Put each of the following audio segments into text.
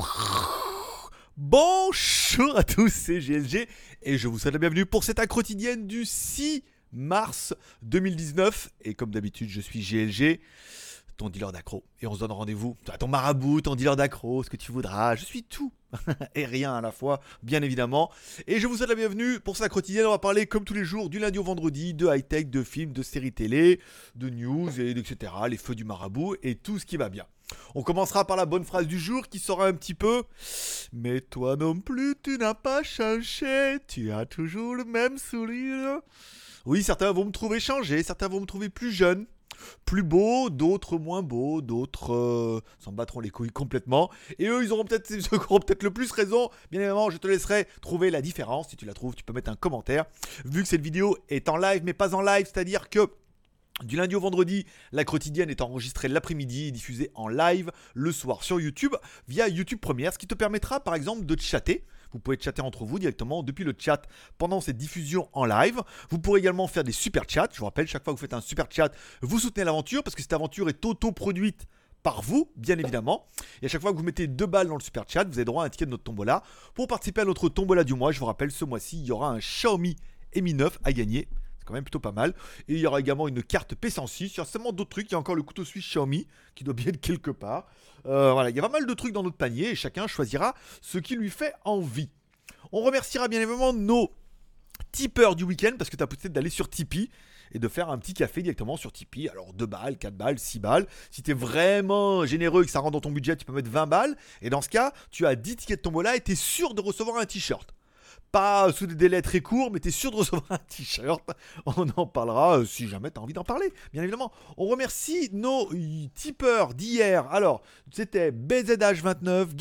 Bonjour à tous, c'est GLG et je vous souhaite la bienvenue pour cette accro quotidienne du 6 mars 2019. Et comme d'habitude, je suis GLG, ton dealer d'accro. Et on se donne rendez-vous, ton marabout, ton dealer d'accro, ce que tu voudras. Je suis tout et rien à la fois, bien évidemment. Et je vous souhaite la bienvenue pour cette accro quotidienne. On va parler comme tous les jours, du lundi au vendredi, de high-tech, de films, de séries télé, de news, etc. Les feux du marabout et tout ce qui va bien. On commencera par la bonne phrase du jour qui sera un petit peu « Mais toi non plus, tu n'as pas changé, tu as toujours le même sourire. » Oui, certains vont me trouver changé, certains vont me trouver plus jeune, plus beau, d'autres moins beau, d'autres s'en battront les couilles complètement. Et eux, ils auront peut-être le plus raison. Bien évidemment, je te laisserai trouver la différence. Si tu la trouves, tu peux mettre un commentaire. Vu que cette vidéo est en live, mais pas en live, c'est-à-dire que du lundi au vendredi, la quotidienne est enregistrée l'après-midi et diffusée en live le soir sur YouTube via YouTube Première, ce qui te permettra par exemple de chatter. Vous pouvez chatter entre vous directement depuis le chat pendant cette diffusion en live. Vous pourrez également faire des super chats. Je vous rappelle, chaque fois que vous faites un super chat, vous soutenez l'aventure parce que cette aventure est auto-produite par vous, bien évidemment. Et à chaque fois que vous mettez 2 balles dans le super chat, vous avez droit à un ticket de notre tombola. Pour participer à notre tombola du mois, je vous rappelle, ce mois-ci, il y aura un Xiaomi Mi 9 à gagner. C'est quand même plutôt pas mal. Et il y aura également une carte P106. Il y a seulement d'autres trucs. Il y a encore le couteau suisse Xiaomi qui doit bien être quelque part. Voilà, il y a pas mal de trucs dans notre panier et chacun choisira ce qui lui fait envie. On remerciera bien évidemment nos tipeurs du week-end parce que tu as peut-être d'aller sur Tipeee et de faire un petit café directement sur Tipeee. Alors 2 balles, 4 balles, 6 balles. Si tu es vraiment généreux et que ça rentre dans ton budget, tu peux mettre 20 balles. Et dans ce cas, tu as 10 tickets de tombola et tu es sûr de recevoir un t-shirt. Pas sous des délais très courts, mais tu es sûr de recevoir un t-shirt. On en parlera si jamais tu as envie d'en parler, bien évidemment. On remercie nos tipeurs d'hier. Alors, c'était BZH29,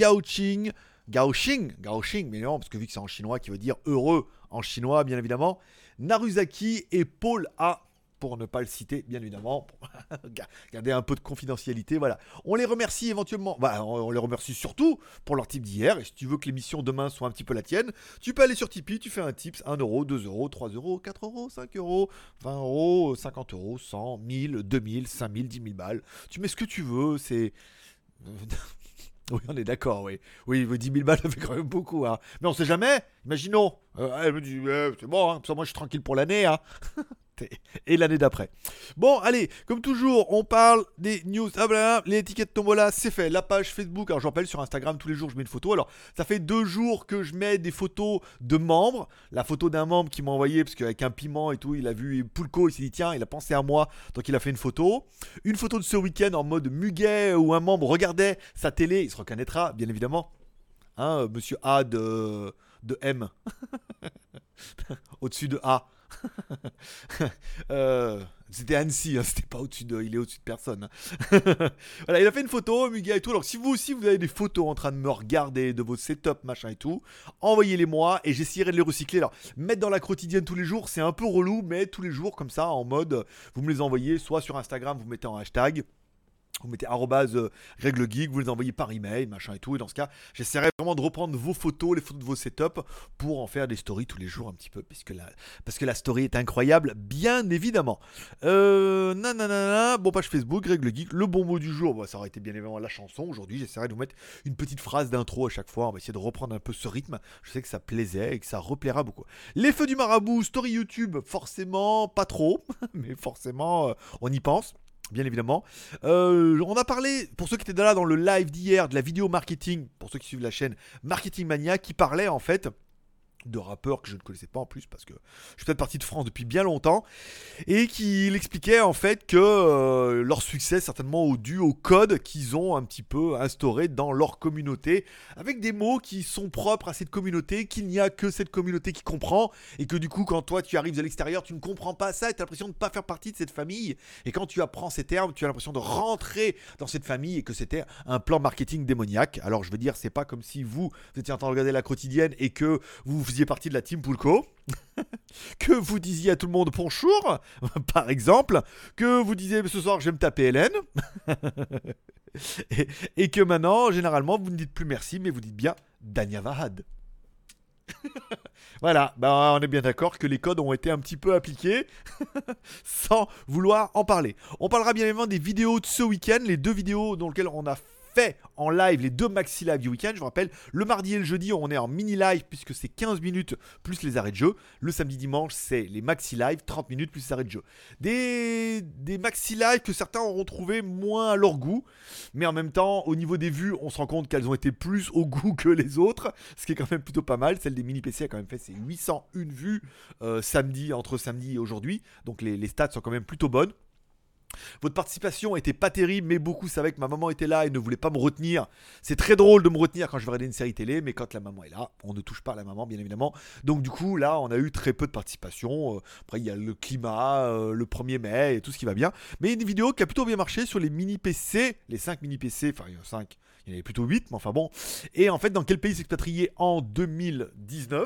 Gaoxing, mais non, parce que vu que c'est en chinois, qui veut dire heureux en chinois, bien évidemment. Naruzaki et Paul A, pour ne pas le citer, bien évidemment, pour garder un peu de confidentialité, voilà. On les remercie éventuellement, on les remercie surtout pour leur tip d'hier, et si tu veux que l'émission demain soit un petit peu la tienne, tu peux aller sur Tipeee, tu fais un tips, 1€, 2€, 3€, 4€, 5€, 20€, 50€, 100, 1000, 2000, 5000, 10 000 balles, tu mets ce que tu veux, c'est... Oui, on est d'accord, oui. Oui, 10 000 balles, ça fait quand même beaucoup, hein. Mais on sait jamais, imaginons. Elle me dit, c'est bon, hein, moi je suis tranquille pour l'année, hein. Et l'année d'après. Bon, allez, comme toujours, on parle des news. Ah voilà, les étiquettes de tombola, c'est fait. La page Facebook, alors je rappelle, sur Instagram, tous les jours, je mets une photo. Alors, ça fait 2 jours que je mets des photos de membres. La photo d'un membre qui m'a envoyé, parce qu'avec un piment et tout, il a vu Poulco, il s'est dit, tiens, il a pensé à moi, donc il a fait une photo. Une photo de ce week-end en mode muguet, où un membre regardait sa télé, il se reconnaîtra, bien évidemment. Hein, monsieur A de M. Au-dessus de A. C'était Annecy, hein, c'était pas au-dessus de, il est au-dessus de personne. Voilà, il a fait une photo, Muga et tout. Alors si vous aussi vous avez des photos en train de me regarder de vos setups, machin et tout, envoyez-les moi et j'essaierai de les recycler. Alors mettre dans la quotidienne tous les jours, c'est un peu relou, mais tous les jours comme ça, en mode, vous me les envoyez, soit sur Instagram, vous mettez en hashtag. Vous mettez @RègleGeek, vous les envoyez par email, machin et tout. Et dans ce cas, j'essaierai vraiment de reprendre vos photos, les photos de vos setups, pour en faire des stories tous les jours un petit peu, parce que la story est incroyable, bien évidemment. Bon, page Facebook, RègleGeek, le bon mot du jour, bon, ça aurait été bien évidemment la chanson. Aujourd'hui, j'essaierai de vous mettre une petite phrase d'intro à chaque fois. On va essayer de reprendre un peu ce rythme. Je sais que ça plaisait et que ça replaira beaucoup. Les feux du marabout, story YouTube, forcément pas trop, mais forcément on y pense. Bien évidemment. On a parlé, pour ceux qui étaient là dans le live d'hier, de la vidéo marketing, pour ceux qui suivent la chaîne Marketing Mania, qui parlait en fait de rappeurs que je ne connaissais pas en plus parce que je suis peut-être parti de France depuis bien longtemps et qu'il expliquait en fait que leur succès certainement dû au code qu'ils ont un petit peu instauré dans leur communauté avec des mots qui sont propres à cette communauté, qu'il n'y a que cette communauté qui comprend et que du coup quand toi tu arrives de l'extérieur tu ne comprends pas ça et tu as l'impression de ne pas faire partie de cette famille et quand tu apprends ces termes tu as l'impression de rentrer dans cette famille et que c'était un plan marketing démoniaque. Alors je veux dire, c'est pas comme si vous étiez en train de regarder la quotidienne et que vous faisiez partie de la team Poulco, que vous disiez à tout le monde bonjour, par exemple, que vous disiez ce soir je vais me taper Hélène, et que maintenant, généralement, vous ne dites plus merci, mais vous dites bien Danyavahad. Voilà, on est bien d'accord que les codes ont été un petit peu appliqués sans vouloir en parler. On parlera bien évidemment des vidéos de ce week-end, les 2 vidéos dans lesquelles on a fait en live les 2 maxi live du week-end. Je vous rappelle, le mardi et le jeudi, on est en mini live puisque c'est 15 minutes plus les arrêts de jeu. Le samedi dimanche, c'est les maxi live, 30 minutes plus les arrêts de jeu. Des maxi live que certains auront trouvé moins à leur goût, mais en même temps, au niveau des vues, on se rend compte qu'elles ont été plus au goût que les autres, ce qui est quand même plutôt pas mal. Celle des mini PC a quand même fait ses 801 vues entre samedi et aujourd'hui, donc les stats sont quand même plutôt bonnes. Votre participation était pas terrible, mais beaucoup savaient que ma maman était là et ne voulait pas me retenir. C'est très drôle de me retenir quand je vais regarder une série télé, mais quand la maman est là, on ne touche pas à la maman, bien évidemment. Donc du coup, là, on a eu très peu de participation. Après, il y a le climat, le 1er mai et tout ce qui va bien. Mais une vidéo qui a plutôt bien marché sur les mini PC, les 5 mini PC, enfin il y en a 5. Il y en avait plutôt 8, mais enfin bon. Et en fait, dans quel pays s'expatrier en 2019 ?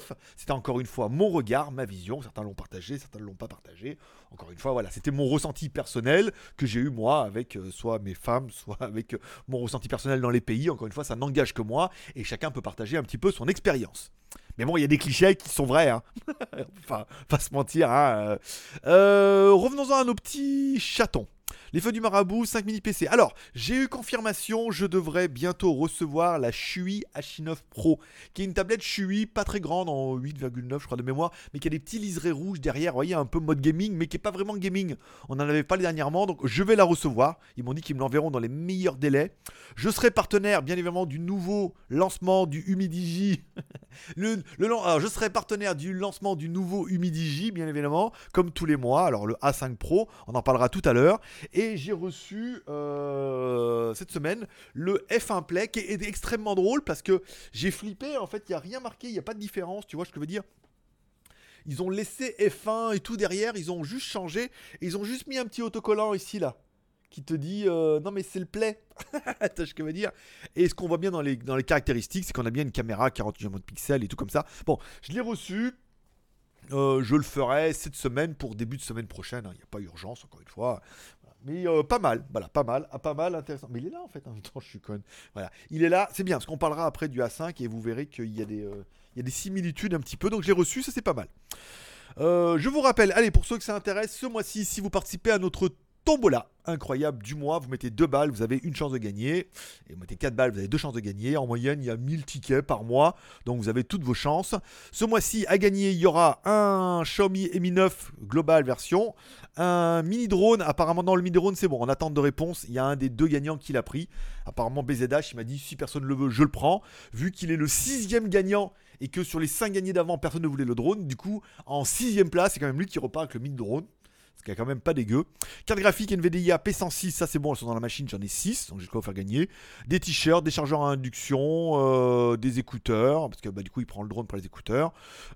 C'était encore une fois mon regard, ma vision. Certains l'ont partagé, certains ne l'ont pas partagé. Encore une fois, voilà, c'était mon ressenti personnel que j'ai eu moi avec soit mes femmes, soit avec mon ressenti personnel dans les pays. Encore une fois, ça n'engage que moi et chacun peut partager un petit peu son expérience. Mais bon, il y a des clichés qui sont vrais, hein. Enfin, pas se mentir, hein. Revenons-en à nos petits chatons. Les feux du marabout, 5 mini PC. Alors, j'ai eu confirmation, je devrais bientôt recevoir la Shui H9 Pro, qui est une tablette Shui pas très grande, en 8,9 je crois de mémoire, mais qui a des petits liserés rouges derrière, vous voyez, un peu mode gaming, mais qui n'est pas vraiment gaming. On n'en avait pas dernièrement, donc je vais la recevoir. Ils m'ont dit qu'ils me l'enverront dans les meilleurs délais. Je serai partenaire, bien évidemment, du nouveau lancement du Humidigi. Alors, je serai partenaire du lancement du nouveau Humidigi, bien évidemment, comme tous les mois. Alors, le A5 Pro, on en parlera tout à l'heure. Et j'ai reçu cette semaine le F1 Play qui est extrêmement drôle parce que j'ai flippé. En fait, il n'y a rien marqué, il n'y a pas de différence. Tu vois ce que je veux dire ? Ils ont laissé F1 et tout derrière, ils ont juste changé. Et ils ont juste mis un petit autocollant ici, là, qui te dit non, mais c'est le Play. Tu vois ce que je veux dire ? Et ce qu'on voit bien dans les caractéristiques, c'est qu'on a bien une caméra 48 millions de pixels et tout comme ça. Bon, je l'ai reçu. Je le ferai cette semaine pour début de semaine prochaine. Il n'y a pas urgence, encore une fois. Mais pas mal, voilà, pas mal intéressant. Mais il est là en fait, en même temps, je suis con. Voilà, il est là, c'est bien, parce qu'on parlera après du A5 et vous verrez qu'il y a des similitudes un petit peu. Donc j'ai reçu, ça c'est pas mal. Je vous rappelle, allez, pour ceux que ça intéresse, ce mois-ci, si vous participez à notre tombola incroyable du mois, vous mettez 2 balles, vous avez une chance de gagner, et vous mettez 4 balles, vous avez 2 chances de gagner. En moyenne, il y a 1000 tickets par mois, donc vous avez toutes vos chances. Ce mois-ci, à gagner, il y aura un Xiaomi Mi 9 Global version, un mini drone. Apparemment, dans le mini drone, c'est bon, en attente de réponse, il y a un des 2 gagnants qui l'a pris. Apparemment, BZH, il m'a dit si personne ne le veut, je le prends. Vu qu'il est le 6e gagnant et que sur les 5 gagnés d'avant, personne ne voulait le drone, du coup, en 6e place, c'est quand même lui qui repart avec le mini drone. Ce qui est quand même pas dégueu. Carte graphique NVIDIA P106, ça c'est bon, elles sont dans la machine, j'en ai 6, donc j'ai de quoi vous faire gagner. Des t-shirts, des chargeurs à induction, des écouteurs, parce que du coup il prend le drone pour les écouteurs.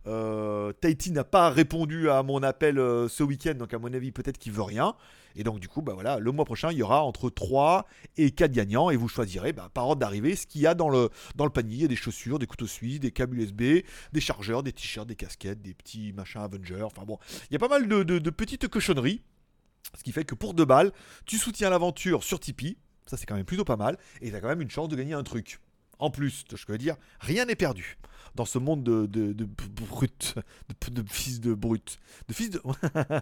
Tahiti n'a pas répondu à mon appel ce week-end, donc à mon avis peut-être qu'il veut rien. Et donc du coup, voilà, le mois prochain, il y aura entre 3 et 4 gagnants, et vous choisirez par ordre d'arrivée ce qu'il y a dans le panier. Il y a des chaussures, des couteaux suisses, des câbles USB, des chargeurs, des t-shirts, des casquettes, des petits machins Avengers, enfin bon, il y a pas mal de petites cochonneries. Ce qui fait que pour 2 balles, tu soutiens l'aventure sur Tipeee. Ça, c'est quand même plutôt pas mal. Et tu as quand même une chance de gagner un truc. En plus, je veux dire, rien n'est perdu dans ce monde de brut, de fils de brut, de fils de...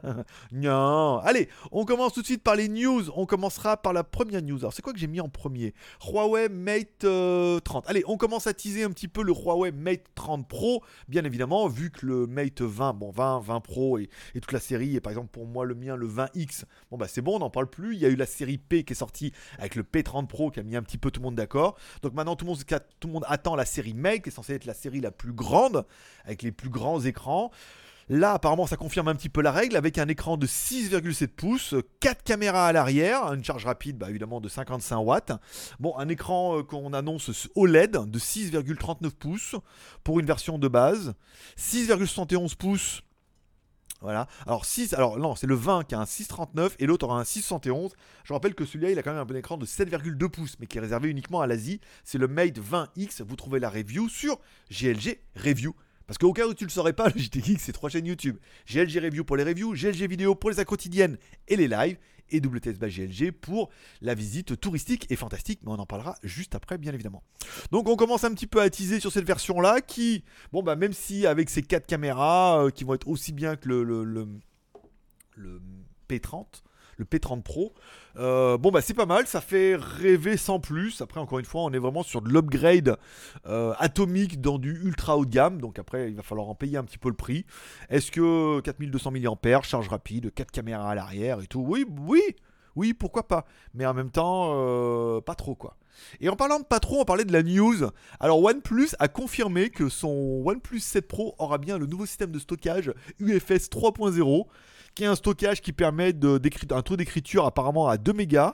Non. Allez, on commence tout de suite par les news. On commencera par la première news. Alors, c'est quoi que j'ai mis en premier ? Huawei Mate 30. Allez, on commence à teaser un petit peu le Huawei Mate 30 Pro, bien évidemment, vu que le Mate 20, bon, 20 Pro et toute la série, et par exemple pour moi le mien, le 20X, bon bah c'est bon, on n'en parle plus. Il y a eu la série P qui est sortie avec le P30 Pro qui a mis un petit peu tout le monde d'accord. Donc maintenant tout le monde attend la série Mate qui est censée être la série la plus grande, avec les plus grands écrans. Là, apparemment, ça confirme un petit peu la règle, avec un écran de 6,7 pouces, 4 caméras à l'arrière, une charge rapide, évidemment, de 55 watts. Bon, un écran qu'on annonce OLED de 6,39 pouces pour une version de base, 6,71 pouces. Voilà. Alors non, c'est le 20 qui a un 6,39 et l'autre aura un 6,71. Je rappelle que celui-là, il a quand même un bon écran de 7,2 pouces, mais qui est réservé uniquement à l'Asie. C'est le Mate 20X. Vous trouvez la review sur GLG Review. Parce qu'au cas où tu ne le saurais pas, le JT Geek, c'est 3 chaînes YouTube. GLG Review pour les reviews, GLG Vidéo pour les quotidiennes et les lives, et WTS by GLG pour la visite touristique et fantastique, mais on en parlera juste après, bien évidemment. Donc on commence un petit peu à teaser sur cette version-là, qui, même si avec ces 4 caméras, qui vont être aussi bien que le P30, le P30 Pro. Bon bah c'est pas mal, ça fait rêver sans plus. Après encore une fois on est vraiment sur de l'upgrade atomique dans du ultra haut de gamme. Donc après il va falloir en payer un petit peu le prix. Est-ce que 4200 mAh, charge rapide, 4 caméras à l'arrière et tout? Oui, oui, oui, pourquoi pas. Mais en même temps, pas trop quoi. Et en parlant de pas trop, on parlait de la news. Alors OnePlus a confirmé que son OnePlus 7 Pro aura bien le nouveau système de stockage UFS 3.0, qui est un stockage qui permet un taux d'écriture apparemment à 2 mégas.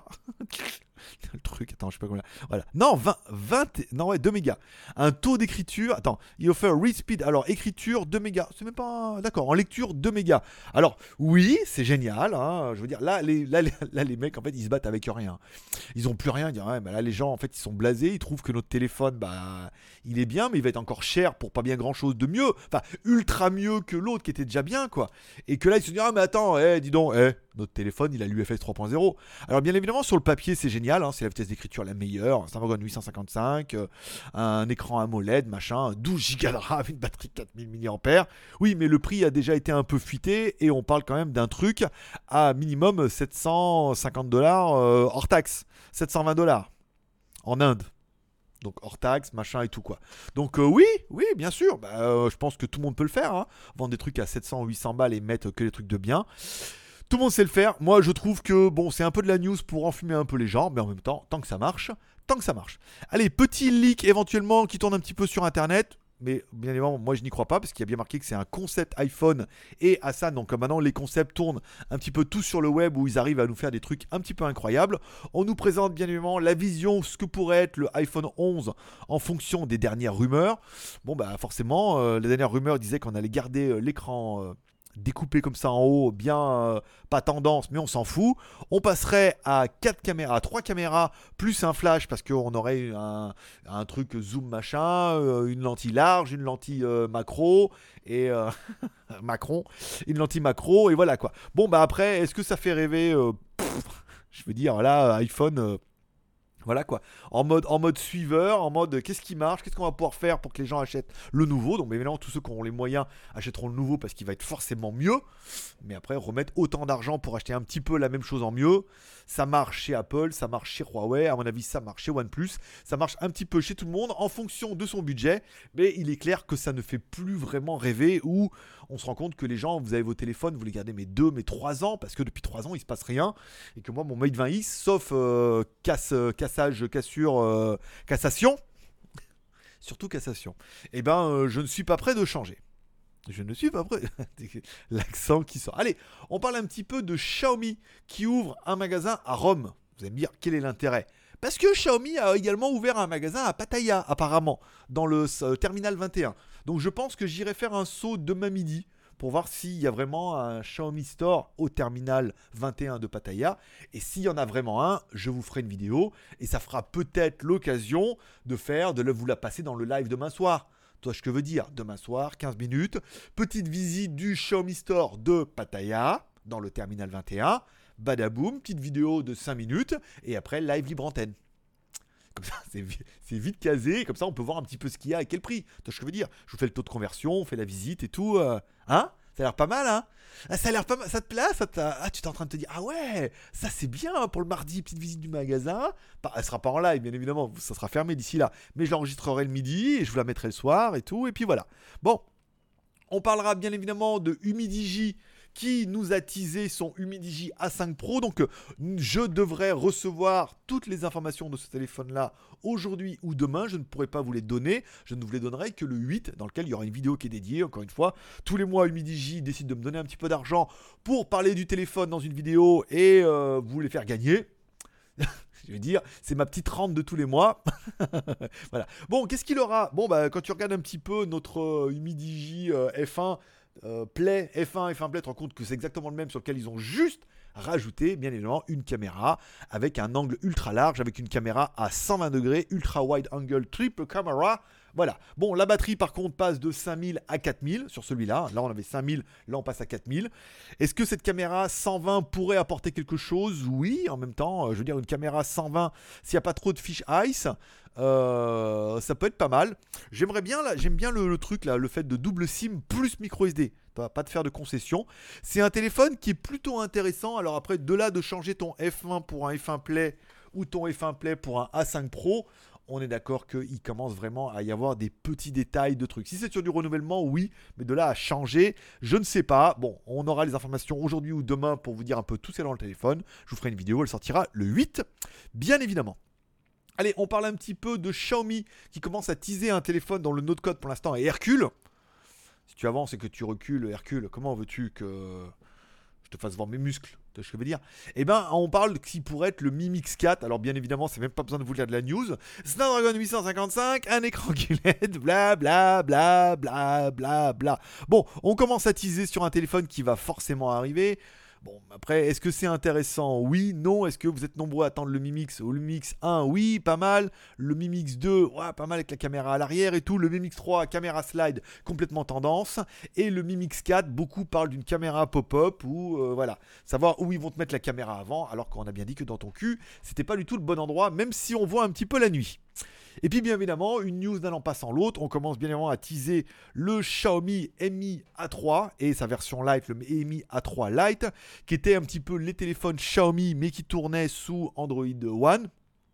Le truc, attends, je sais pas combien. Voilà. Non, 2 mégas. Un taux d'écriture, attends, il offre read speed, alors écriture 2 mégas. C'est même pas. D'accord, en lecture 2 mégas. Alors, oui, c'est génial, hein, je veux dire, là, les mecs, en fait, ils se battent avec rien. Ils ont plus rien à dire. Ouais, bah là, les gens, en fait, ils sont blasés, ils trouvent que notre téléphone, bah, il est bien, mais il va être encore cher pour pas bien grand chose de mieux. Enfin, ultra mieux que l'autre qui était déjà bien, quoi. Et que là, ils se disent, ah, mais attends, dis donc, notre téléphone, il a l'UFS 3.0. Alors, bien évidemment, sur le papier, c'est génial, hein, c'est la vitesse d'écriture la meilleure, Snapdragon 855, un écran AMOLED, machin, 12 Go de RAM, une batterie 4000 mAh. Oui, mais le prix a déjà été un peu fuité et on parle quand même d'un truc à minimum $750 hors taxe, $720 en Inde. Donc hors taxe, machin et tout quoi. Donc oui, bien sûr, je pense que tout le monde peut le faire, hein. Vendre des trucs à 700 ou 800 balles et mettre que les trucs de bien. Tout le monde sait le faire. Moi, je trouve que bon, c'est un peu de la news pour enfumer un peu les gens, mais en même temps, tant que ça marche. Allez, petit leak éventuellement qui tourne un petit peu sur Internet. Mais bien évidemment, moi je n'y crois pas parce qu'il y a bien marqué que c'est un concept iPhone et Hassan. Donc maintenant, les concepts tournent un petit peu tous sur le web où ils arrivent à nous faire des trucs un petit peu incroyables. On nous présente bien évidemment la vision, ce que pourrait être le iPhone 11 en fonction des dernières rumeurs. Bon, bah forcément, les dernières rumeurs disaient qu'on allait garder l'écran découpé comme ça en haut, bien pas tendance, mais on s'en fout. On passerait à 4 caméras, 3 caméras, plus un flash, parce qu'on aurait un truc zoom machin, une lentille large, une lentille macro, et Macron, une lentille macro, et voilà quoi. Bon, bah après, est-ce que ça fait rêver je veux dire, là, iPhone... voilà quoi, en mode suiveur, en mode qu'est-ce qui marche, qu'est-ce qu'on va pouvoir faire pour que les gens achètent le nouveau. Donc évidemment tous ceux qui auront les moyens achèteront le nouveau parce qu'il va être forcément mieux. Mais après remettre autant d'argent pour acheter un petit peu la même chose en mieux, ça marche chez Apple, ça marche chez Huawei, à mon avis ça marche chez OnePlus, ça marche un petit peu chez tout le monde en fonction de son budget. Mais il est clair que ça ne fait plus vraiment rêver, où on se rend compte que les gens, vous avez vos téléphones, vous les gardez mais 2, mais 3 ans, parce que depuis 3 ans il se passe rien. Et que moi mon Mate 20i, sauf cassation, surtout cassation, et je ne suis pas prêt de changer. Je ne suis pas prêt. L'accent qui sort. Allez, on parle un petit peu de Xiaomi qui ouvre un magasin à Rome. Vous allez me dire quel est l'intérêt? Parce que Xiaomi a également ouvert un magasin à Pattaya apparemment, dans le terminal 21. Donc je pense que j'irai faire un saut demain midi pour voir s'il y a vraiment un Xiaomi Store au terminal 21 de Pattaya. Et s'il y en a vraiment un, je vous ferai une vidéo et ça fera peut-être l'occasion de vous la passer dans le live demain soir. Toi, ce que je veux dire, demain soir, 15 minutes, petite visite du Xiaomi Store de Pattaya dans le terminal 21. Badaboum, petite vidéo de 5 minutes et après live libre antenne. Comme ça, c'est vite casé. Comme ça, on peut voir un petit peu ce qu'il y a et quel prix. Tu vois ce que je veux dire? Je vous fais le taux de conversion, on fait la visite et tout. Hein? Ça a l'air pas mal, hein? Ça a l'air pas mal. Ça te plaît? Tu t'es en train de te dire, ah ouais, ça c'est bien pour le mardi, petite visite du magasin. Elle sera pas en live, bien évidemment. Ça sera fermé d'ici là. Mais je l'enregistrerai le midi et je vous la mettrai le soir et tout. Et puis voilà. Bon, on parlera bien évidemment de Humidigi, qui nous a teasé son Humidigi A5 Pro. Donc je devrais recevoir toutes les informations de ce téléphone-là aujourd'hui ou demain. Je ne pourrai pas vous les donner. Je ne vous les donnerai que le 8, dans lequel il y aura une vidéo qui est dédiée. Encore une fois, tous les mois, Humidigi décide de me donner un petit peu d'argent pour parler du téléphone dans une vidéo et vous les faire gagner. Je veux dire, c'est ma petite rente de tous les mois. Voilà. Bon, qu'est-ce qu'il aura? Bon, quand tu regardes un petit peu notre Humidigi F1 Play, F1 Play, tu te rends compte que c'est exactement le même, sur lequel ils ont juste rajouté, bien évidemment, une caméra avec un angle ultra large, avec une caméra à 120 degrés, ultra wide angle triple camera. Voilà. Bon, la batterie par contre passe de 5000 à 4000 sur celui-là. Là on avait 5000, là on passe à 4000. Est-ce que cette caméra 120 pourrait apporter quelque chose? Oui, en même temps, je veux dire une caméra 120, s'il n'y a pas trop de fish ice, ça peut être pas mal. J'aime bien le truc là, le fait de double SIM plus micro SD. Pas de faire de concession. C'est un téléphone qui est plutôt intéressant. Alors après, de là de changer ton F1 pour un F1 Play ou ton F1 Play pour un A5 Pro, on est d'accord qu'il commence vraiment à y avoir des petits détails de trucs. Si c'est sur du renouvellement, oui, mais de là à changer, je ne sais pas. Bon, on aura les informations aujourd'hui ou demain pour vous dire un peu tout ce qu'il y a dans le téléphone. Je vous ferai une vidéo, elle sortira le 8, bien évidemment. Allez, on parle un petit peu de Xiaomi qui commence à teaser un téléphone dont le nom de code pour l'instant est Hercule. Si tu avances et que tu recules, Hercule, comment veux-tu que je te fasse voir mes muscles? Tu vois ce que je veux dire? Eh ben, on parle qui pourrait être le Mi Mix 4. Alors, bien évidemment, c'est même pas besoin de vous lire de la news. Snapdragon 855, un écran QLED, bla bla bla bla bla bla. Bon, on commence à teaser sur un téléphone qui va forcément arriver. Bon, après, est-ce que c'est intéressant? Oui, non. Est-ce que vous êtes nombreux à attendre le Mi Mix ou le Mi Mix 1? Oui, pas mal. Le Mi Mix 2, ouais, pas mal avec la caméra à l'arrière et tout. Le Mi Mix 3, caméra slide, complètement tendance. Et le Mi Mix 4, beaucoup parlent d'une caméra pop-up ou voilà, savoir où ils vont te mettre la caméra avant, alors qu'on a bien dit que dans ton cul, c'était pas du tout le bon endroit, même si on voit un petit peu la nuit. Et puis bien évidemment, une news n'allant pas sans l'autre, on commence bien évidemment à teaser le Xiaomi Mi A3 et sa version Lite, le Mi A3 Lite, qui était un petit peu les téléphones Xiaomi mais qui tournaient sous Android One.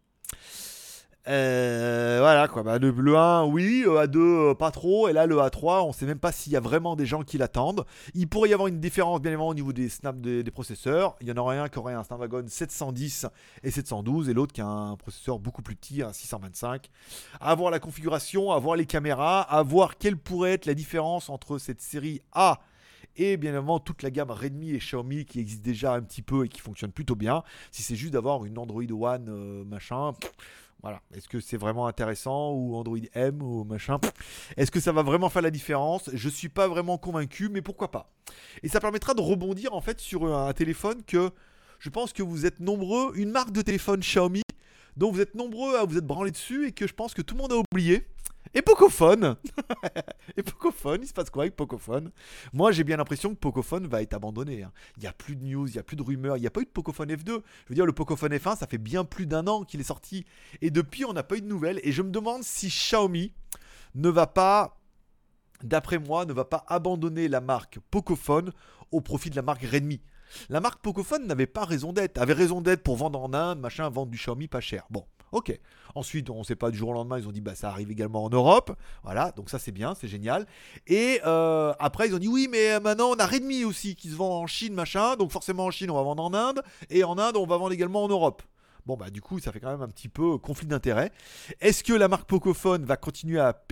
Voilà quoi, bah, le 1 oui, A2 pas trop, et là le A3 on sait même pas s'il y a vraiment des gens qui l'attendent. Il pourrait y avoir une différence bien évidemment au niveau des snaps des processeurs. Il y en aurait un qui aurait un Snapdragon 710 et 712 et l'autre qui a un processeur beaucoup plus petit, un 625. À voir la configuration, à voir les caméras, à voir quelle pourrait être la différence entre cette série A et bien évidemment toute la gamme Redmi et Xiaomi qui existe déjà un petit peu et qui fonctionne plutôt bien. Si c'est juste d'avoir une Android One machin, voilà, est-ce que c'est vraiment intéressant ou Android M ou machin? Est-ce que ça va vraiment faire la différence? Je suis pas vraiment convaincu, mais pourquoi pas? Et ça permettra de rebondir en fait sur un téléphone que je pense que vous êtes nombreux, une marque de téléphone Xiaomi dont vous êtes nombreux à vous être branlés dessus et que je pense que tout le monde a oublié. Et Pocophone. Et Pocophone, il se passe quoi avec Pocophone? Moi, j'ai bien l'impression que Pocophone va être abandonné. Hein. Il n'y a plus de news, il n'y a plus de rumeurs, il n'y a pas eu de Pocophone F2. Je veux dire, le Pocophone F1, ça fait bien plus d'un an qu'il est sorti. Et depuis, on n'a pas eu de nouvelles. Et je me demande si Xiaomi ne va pas, d'après moi, ne va pas abandonner la marque Pocophone au profit de la marque Redmi. La marque Pocophone n'avait pas raison d'être. Avait raison d'être pour vendre en Inde, machin, vendre du Xiaomi pas cher. Bon, ok. Ensuite, on ne sait pas, du jour au lendemain, ils ont dit bah ça arrive également en Europe. Voilà, donc ça c'est bien, c'est génial. Et après, ils ont dit oui, mais maintenant on a Redmi aussi qui se vend en Chine, machin. Donc forcément en Chine, on va vendre en Inde. Et en Inde, on va vendre également en Europe. Bon, bah du coup, ça fait quand même un petit peu conflit d'intérêt. Est-ce que la marque Pocophone va continuer à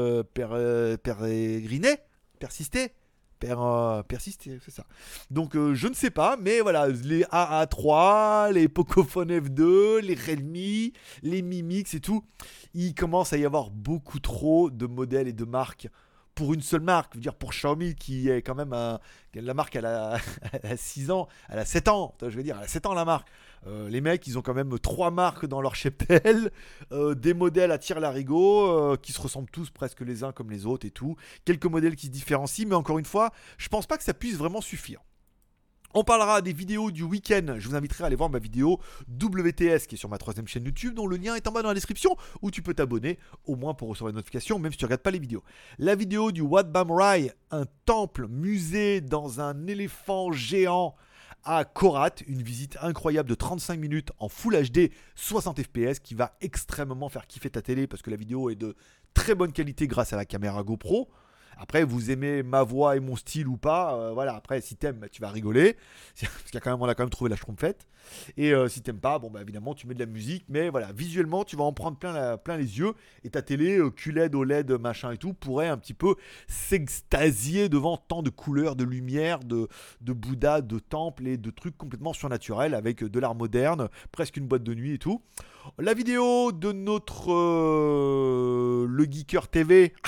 pérégriner, persister? Persister, c'est ça. Donc je ne sais pas, mais voilà, les AA3, les Pocophone F2, les Redmi, les Mi Mix et tout, il commence à y avoir beaucoup trop de modèles et de marques pour une seule marque. Je veux dire, pour Xiaomi qui est quand même la marque, elle a 6 ans, elle a 7 ans, je veux dire, elle a 7 ans la marque. Les mecs, ils ont quand même 3 marques dans leur cheptel, des modèles à tire-larigot qui se ressemblent tous presque les uns comme les autres et tout. Quelques modèles qui se différencient, mais encore une fois, je pense pas que ça puisse vraiment suffire. On parlera des vidéos du week-end. Je vous inviterai à aller voir ma vidéo WTS qui est sur ma 3ème chaîne YouTube, dont le lien est en bas dans la description, où tu peux t'abonner, au moins pour recevoir les notifications, même si tu ne regardes pas les vidéos. La vidéo du Wat Bam Rai, un temple musée dans un éléphant géant à Korat, une visite incroyable de 35 minutes en Full HD 60 fps qui va extrêmement faire kiffer ta télé parce que la vidéo est de très bonne qualité grâce à la caméra GoPro. Après, vous aimez ma voix et mon style ou pas, voilà. Après, si t'aimes, bah, tu vas rigoler, parce qu'on a quand même trouvé la schtroumpfette. Et si t'aimes pas, bon bah évidemment, tu mets de la musique, mais voilà, visuellement, tu vas en prendre plein les yeux. Et ta télé, QLED, OLED, machin et tout, pourrait un petit peu s'extasier devant tant de couleurs, de lumière, de Bouddha, de temples et de trucs complètement surnaturels avec de l'art moderne, presque une boîte de nuit et tout. La vidéo de notre le Geeker TV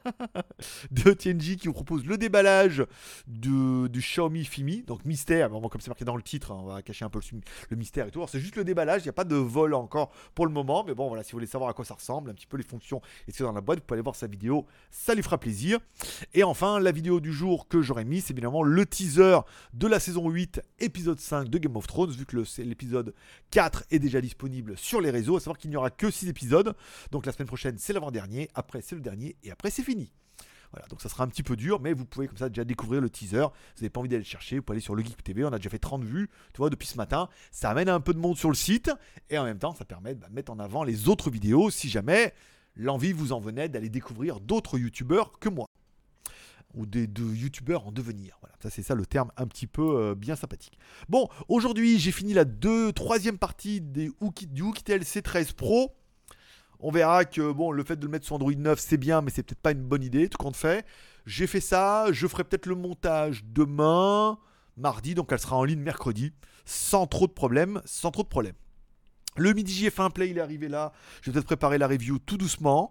de Tianji qui vous propose le déballage du Xiaomi Fimi. Donc mystère, bon, comme c'est marqué dans le titre, on va cacher un peu le mystère et tout. Alors, c'est juste le déballage, il n'y a pas de vol encore pour le moment. Mais bon, voilà, si vous voulez savoir à quoi ça ressemble, un petit peu les fonctions et ce qu'il y a dans la boîte, vous pouvez aller voir sa vidéo, ça lui fera plaisir. Et enfin, la vidéo du jour que j'aurais mis, c'est évidemment le teaser de la saison 8, épisode 5 de Game of Thrones, vu que l'épisode 4 est déjà disponible sur les réseaux, à savoir qu'il n'y aura que 6 épisodes. Donc la semaine prochaine, c'est l'avant-dernier, après c'est le dernier, et après c'est fini. Voilà, donc ça sera un petit peu dur, mais vous pouvez comme ça déjà découvrir le teaser. Vous n'avez pas envie d'aller le chercher, vous pouvez aller sur le Geek TV, on a déjà fait 30 vues, tu vois, depuis ce matin. Ça amène un peu de monde sur le site, et en même temps, ça permet de mettre en avant les autres vidéos, si jamais l'envie vous en venait d'aller découvrir d'autres youtubeurs que moi. Ou de youtubeurs en devenir. Voilà, ça c'est ça le terme un petit peu bien sympathique. Bon, aujourd'hui j'ai fini la troisième partie du Hooky TLC 13 Pro. On verra que bon, le fait de le mettre sur Android 9 c'est bien, mais c'est peut-être pas une bonne idée, tout compte fait. J'ai fait ça, je ferai peut-être le montage demain, mardi, donc elle sera en ligne mercredi, sans trop de problèmes, Le midi GF1 Play il est arrivé là, je vais peut-être préparer la review tout doucement.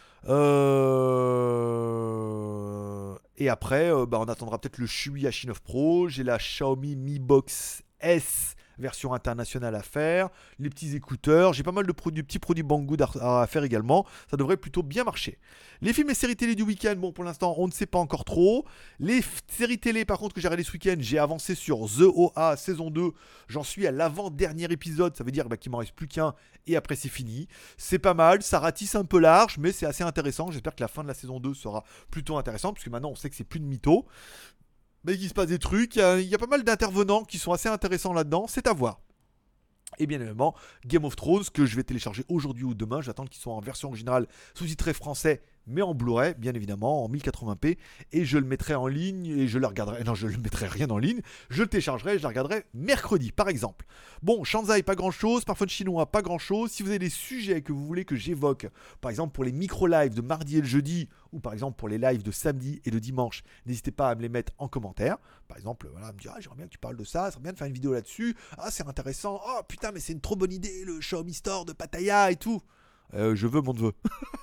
Et après, on attendra peut-être le Shui H9 Pro. J'ai la Xiaomi Mi Box S version internationale à faire, les petits écouteurs, j'ai pas mal de petits produits Banggood à faire également, ça devrait plutôt bien marcher. Les films et séries télé du week-end, bon pour l'instant on ne sait pas encore trop. Les séries télé par contre que j'ai regardé ce week-end, j'ai avancé sur The OA saison 2, j'en suis à l'avant-dernier épisode, ça veut dire qu'il m'en reste plus qu'un et après c'est fini. C'est pas mal, ça ratisse un peu large mais c'est assez intéressant, j'espère que la fin de la saison 2 sera plutôt intéressante parce que maintenant on sait que c'est plus de mytho. Mais qu'il se passe des trucs, il y a pas mal d'intervenants qui sont assez intéressants là-dedans, c'est à voir. Et bien évidemment, Game of Thrones, que je vais télécharger aujourd'hui ou demain, j'attends qu'ils soient en version originale, sous-titré français, mais en Blu-ray, bien évidemment, en 1080p, et je le mettrai en ligne, et je le regarderai, non, je ne mettrai rien en ligne, je le téléchargerai, et je le regarderai mercredi, par exemple. Bon, Shanzai, pas grand-chose, smartphone chinois, pas grand-chose. Si vous avez des sujets que vous voulez que j'évoque, par exemple pour les micro-lives de mardi et le jeudi, ou par exemple pour les lives de samedi et de dimanche, n'hésitez pas à me les mettre en commentaire. Par exemple, voilà, me dire, ah, j'aimerais bien que tu parles de ça, ça serait bien de faire une vidéo là-dessus, ah, c'est intéressant, oh putain, mais c'est une trop bonne idée, le Xiaomi Store de Pattaya et tout. Je veux mon neveu.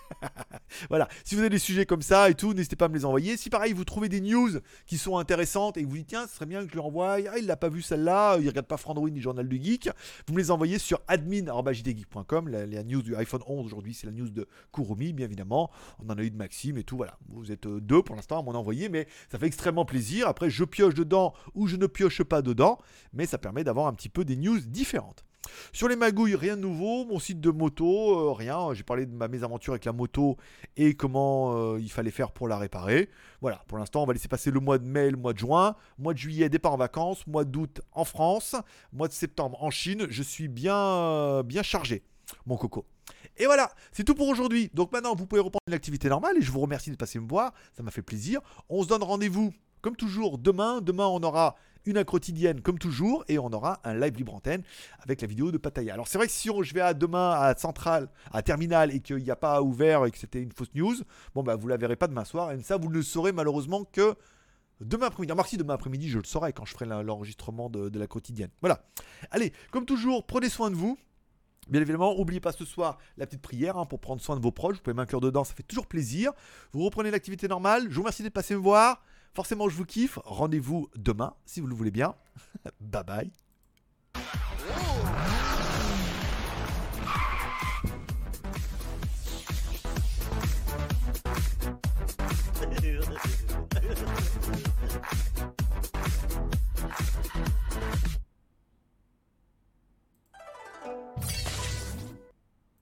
Voilà, si vous avez des sujets comme ça et tout, n'hésitez pas à me les envoyer. Si pareil, vous trouvez des news qui sont intéressantes et que vous dites tiens, ce serait bien que je lui envoie, ah, il l'a pas vu celle-là, il regarde pas Frandroid ni Journal du Geek, vous me les envoyez sur admin@jdgeek.com. La news du iPhone 11 aujourd'hui, c'est la news de Kurumi, bien évidemment. On en a eu de Maxime et tout, voilà. Vous êtes deux pour l'instant à m'en envoyer, mais ça fait extrêmement plaisir. Après, je pioche dedans ou je ne pioche pas dedans, mais ça permet d'avoir un petit peu des news différentes. Sur les magouilles, rien de nouveau. Mon site de moto, rien. J'ai parlé de ma mésaventure avec la moto et comment il fallait faire pour la réparer. Voilà, pour l'instant, on va laisser passer le mois de mai, le mois de juin. Mois de juillet, départ en vacances. Mois d'août en France. Mois de septembre en Chine. Je suis bien chargé, mon coco. Et voilà, c'est tout pour aujourd'hui. Donc maintenant, vous pouvez reprendre une activité normale et je vous remercie de passer me voir. Ça m'a fait plaisir. On se donne rendez-vous, comme toujours, demain. Demain, on aura une quotidienne comme toujours et on aura un live libre antenne avec la vidéo de Pattaya. Alors c'est vrai que si je vais à demain à Centrale, à Terminal et qu'il n'y a pas ouvert et que c'était une fausse news, bon bah vous la verrez pas demain soir et ça vous ne le saurez malheureusement que demain après-midi. Alors si demain après-midi je le saurai quand je ferai l'enregistrement de la quotidienne. Voilà. Allez, comme toujours, prenez soin de vous. Bien évidemment, n'oubliez pas ce soir la petite prière pour prendre soin de vos proches. Vous pouvez m'inclure dedans, ça fait toujours plaisir. Vous reprenez l'activité normale. Je vous remercie d'être passé me voir. Forcément, je vous kiffe. Rendez-vous demain, si vous le voulez bien. Bye bye.